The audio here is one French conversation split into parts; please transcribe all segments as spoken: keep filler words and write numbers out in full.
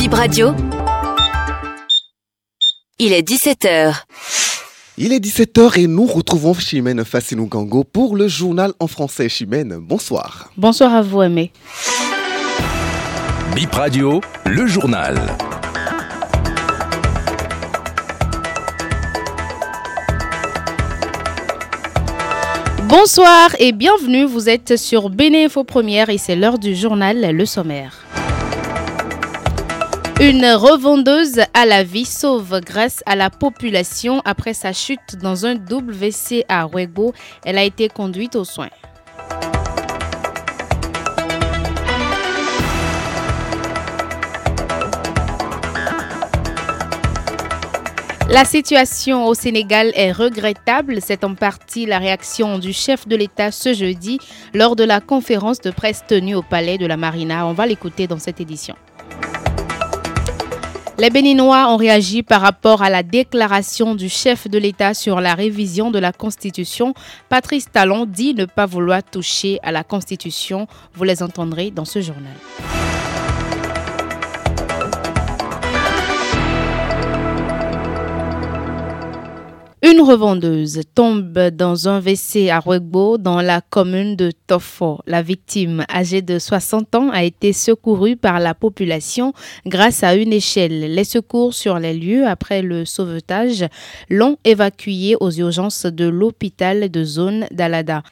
Bip Radio. Il est dix-sept heures. Il est dix-sept heures et nous retrouvons Chimène Fassinou Gango pour le journal en français. Chimène, bonsoir. Bonsoir à vous, Aimé. Bip Radio, le journal. Bonsoir et bienvenue, vous êtes sur Bénin Info Première et c'est l'heure du journal Le Sommaire. Une revendeuse à la vie sauve grâce à la population après sa chute dans un W C à Ouégo. Elle a été conduite aux soins. La situation au Sénégal est regrettable. C'est en partie la réaction du chef de l'État ce jeudi lors de la conférence de presse tenue au Palais de la Marina. On va l'écouter dans cette édition. Les Béninois ont réagi par rapport à la déclaration du chef de l'État sur la révision de la Constitution. Patrice Talon dit ne pas vouloir toucher à la Constitution. Vous les entendrez dans ce journal. Une revendeuse tombe dans un W C à Ouégo, dans la commune de Tofo. La victime, âgée de soixante ans, a été secourue par la population grâce à une échelle. Les secours sur les lieux après le sauvetage l'ont évacuée aux urgences de l'hôpital de zone d'Alada.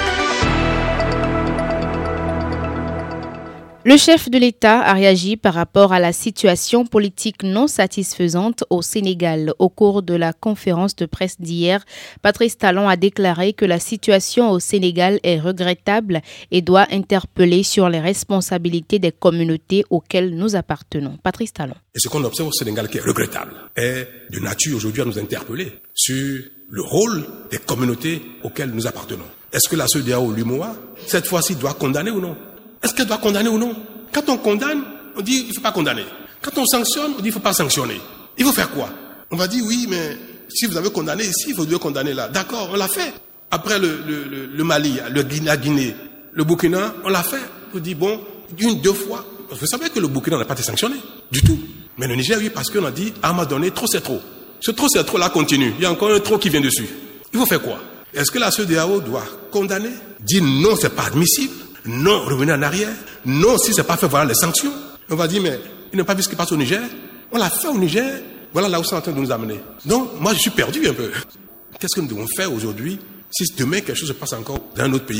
Le chef de l'État a réagi par rapport à la situation politique non satisfaisante au Sénégal. Au cours de la conférence de presse d'hier, Patrice Talon a déclaré que la situation au Sénégal est regrettable et doit interpeller sur les responsabilités des communautés auxquelles nous appartenons. Patrice Talon. Et ce qu'on observe au Sénégal qui est regrettable est de nature aujourd'hui à nous interpeller sur le rôle des communautés auxquelles nous appartenons. Est-ce que la C E D E A O, l'U M O A, cette fois-ci doit condamner ou non ? Est-ce qu'elle doit condamner ou non ? Quand on condamne, on dit il ne faut pas condamner. Quand on sanctionne, on dit il ne faut pas sanctionner. Il faut faire quoi ? On va dire oui, mais si vous avez condamné ici, il faut devez condamner là. D'accord, on l'a fait. Après le, le, le, le Mali, le, la Guinée, le Burkina, on l'a fait. On dit bon, une, deux fois. Vous savez que le Burkina n'a pas été sanctionné du tout. Mais le Niger, oui, parce qu'on a dit à un moment donné, trop c'est trop. Ce trop c'est trop là continue. Il y a encore un trop qui vient dessus. Il faut faire quoi ? Est-ce que la C E D E A O doit condamner ? Dire non, c'est pas admissible. Non, revenir en arrière. Non, si c'est pas fait, voilà les sanctions. On va dire, mais il n'a pas vu ce qui passe au Niger. On l'a fait au Niger. Voilà là où c'est en train de nous amener. Donc, moi, je suis perdu un peu. Qu'est-ce que nous devons faire aujourd'hui si demain quelque chose se passe encore dans un autre pays ?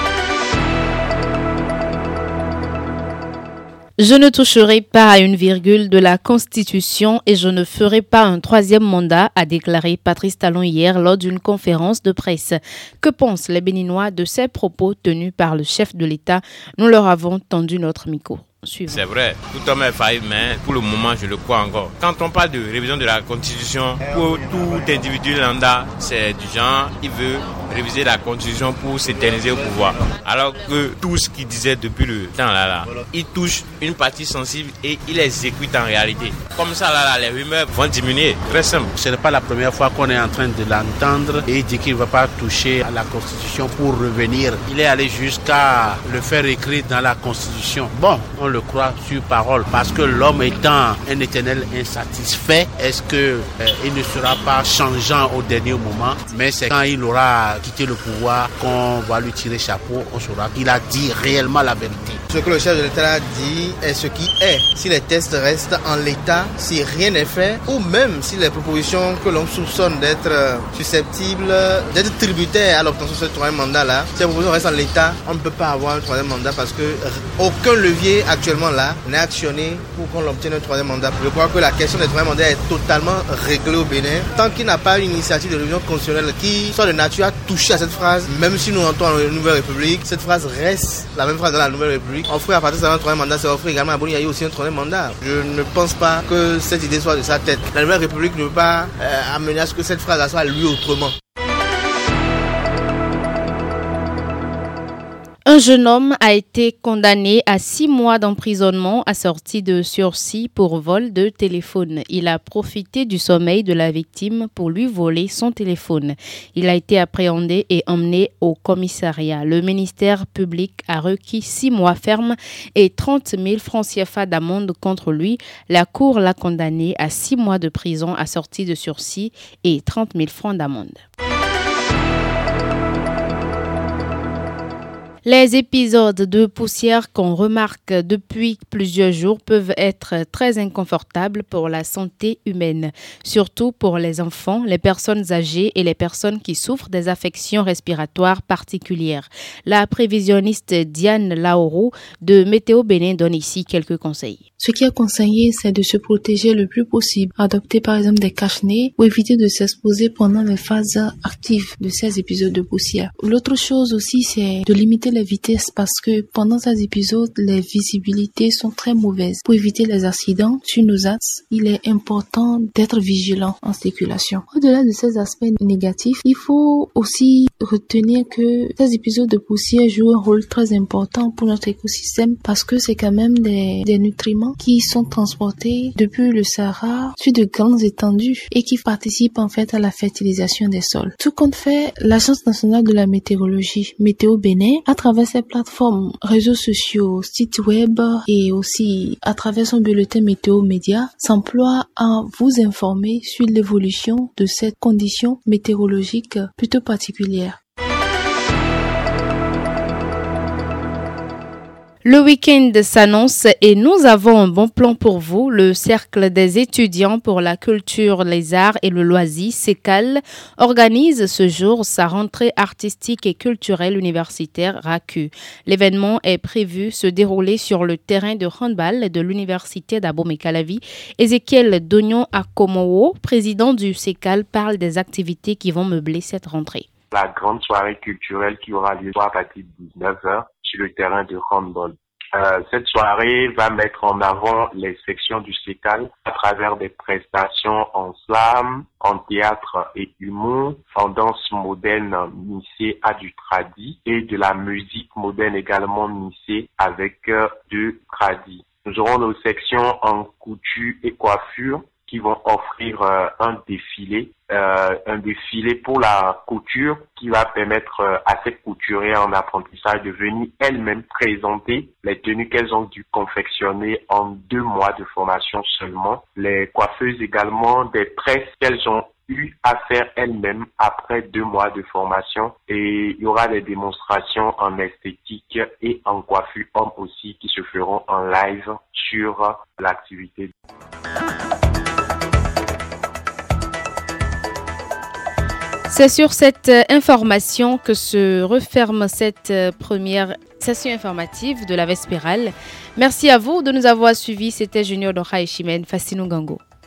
Je ne toucherai pas à une virgule de la Constitution et je ne ferai pas un troisième mandat, a déclaré Patrice Talon hier lors d'une conférence de presse. Que pensent les Béninois de ces propos tenus par le chef de l'État ? Nous leur avons tendu notre micro. Suivant. C'est vrai, tout homme est faillible, mais pour le moment, je le crois encore. Quand on parle de révision de la Constitution, pour tout individu lambda, c'est du genre, il veut réviser la Constitution pour s'éterniser au pouvoir. Alors que tout ce qu'il disait depuis le temps là, là, il touche une partie sensible et il exécute en réalité. Comme ça, là, là, les rumeurs vont diminuer. Très simple. Ce n'est pas la première fois qu'on est en train de l'entendre et il dit qu'il ne va pas toucher à la Constitution pour revenir. Il est allé jusqu'à le faire écrire dans la Constitution. Bon, on le croit sur parole parce que l'homme étant un éternel insatisfait, est-ce que euh, il ne sera pas changeant au dernier moment, mais c'est quand il aura quitté le pouvoir qu'on va lui tirer chapeau, on saura qu'il a dit réellement la vérité. Ce que le chef de l'État a dit est ce qui est. Si les tests restent en l'état, si rien n'est fait, ou même si les propositions que l'on soupçonne d'être susceptibles, d'être tributaires à l'obtention de ce troisième mandat-là, si les propositions restent en l'état, on ne peut pas avoir un troisième mandat parce que aucun levier actuellement là n'est actionné pour qu'on obtienne un troisième mandat. Je crois que la question du troisième mandat est totalement réglée au Bénin. Tant qu'il n'a pas une initiative de révision constitutionnelle qui soit de nature à toucher à cette phrase, même si nous entrons dans la Nouvelle République, cette phrase reste la même phrase dans la Nouvelle République. Offrir à partir de un troisième mandat, c'est offrir également à Boni Yayi aussi un troisième mandat. Je ne pense pas que cette idée soit de sa tête. La Nouvelle République ne peut pas euh, amener à ce que cette phrase soit lue autrement. Un jeune homme a été condamné à six mois d'emprisonnement assorti de sursis pour vol de téléphone. Il a profité du sommeil de la victime pour lui voler son téléphone. Il a été appréhendé et emmené au commissariat. Le ministère public a requis six mois ferme et trente mille francs C F A d'amende contre lui. La cour l'a condamné à six mois de prison assorti de sursis et trente mille francs d'amende. Les épisodes de poussière qu'on remarque depuis plusieurs jours peuvent être très inconfortables pour la santé humaine, surtout pour les enfants, les personnes âgées et les personnes qui souffrent des affections respiratoires particulières. La prévisionniste Diane Laoro de Météo Bénin donne ici quelques conseils. Ce qui est conseillé, c'est de se protéger le plus possible, adopter par exemple des cache-nez ou éviter de s'exposer pendant les phases actives de ces épisodes de poussière. L'autre chose aussi, c'est de limiter les vitesses parce que pendant ces épisodes, les visibilités sont très mauvaises. Pour éviter les accidents sur nos axes, il est important d'être vigilant en circulation. Au-delà de ces aspects négatifs, il faut aussi retenir que ces épisodes de poussière jouent un rôle très important pour notre écosystème parce que c'est quand même des, des nutriments qui sont transportés depuis le Sahara sur de grandes étendues et qui participent en fait à la fertilisation des sols. Tout compte fait, l'Agence nationale de la météorologie, Météo Bénin, à travers ses plateformes, réseaux sociaux, sites web et aussi à travers son bulletin Météo Média, s'emploie à vous informer sur l'évolution de cette condition météorologique plutôt particulière. Le week-end s'annonce et nous avons un bon plan pour vous. Le Cercle des étudiants pour la culture, les arts et le loisir, CECAL, organise ce jour sa rentrée artistique et culturelle universitaire R A C U. L'événement est prévu se dérouler sur le terrain de handball de l'université d'Abomey-Calavi. Ézéchiel Dognon Akomowo, président du CECAL, parle des activités qui vont meubler cette rentrée. La grande soirée culturelle qui aura lieu à partir de dix-neuf heures sur le terrain de handball. Euh, cette soirée va mettre en avant les sections du CECAL à travers des prestations en slam, en théâtre et humour, en danse moderne mixée à du tradi et de la musique moderne également mixée avec euh, du tradi. Nous aurons nos sections en couture et coiffure qui vont offrir euh, un défilé, euh, un défilé pour la couture qui va permettre euh, à cette couturière en apprentissage de venir elle-même présenter les tenues qu'elles ont dû confectionner en deux mois de formation seulement. Les coiffeuses également, des tresses qu'elles ont eu à faire elles-mêmes après deux mois de formation, et il y aura des démonstrations en esthétique et en coiffure homme aussi qui se feront en live sur l'activité. C'est sur cette information que se referme cette première session informative de la Vespérale. Merci à vous de nous avoir suivis. C'était Junior Dora et Chimène Fassinou Gango.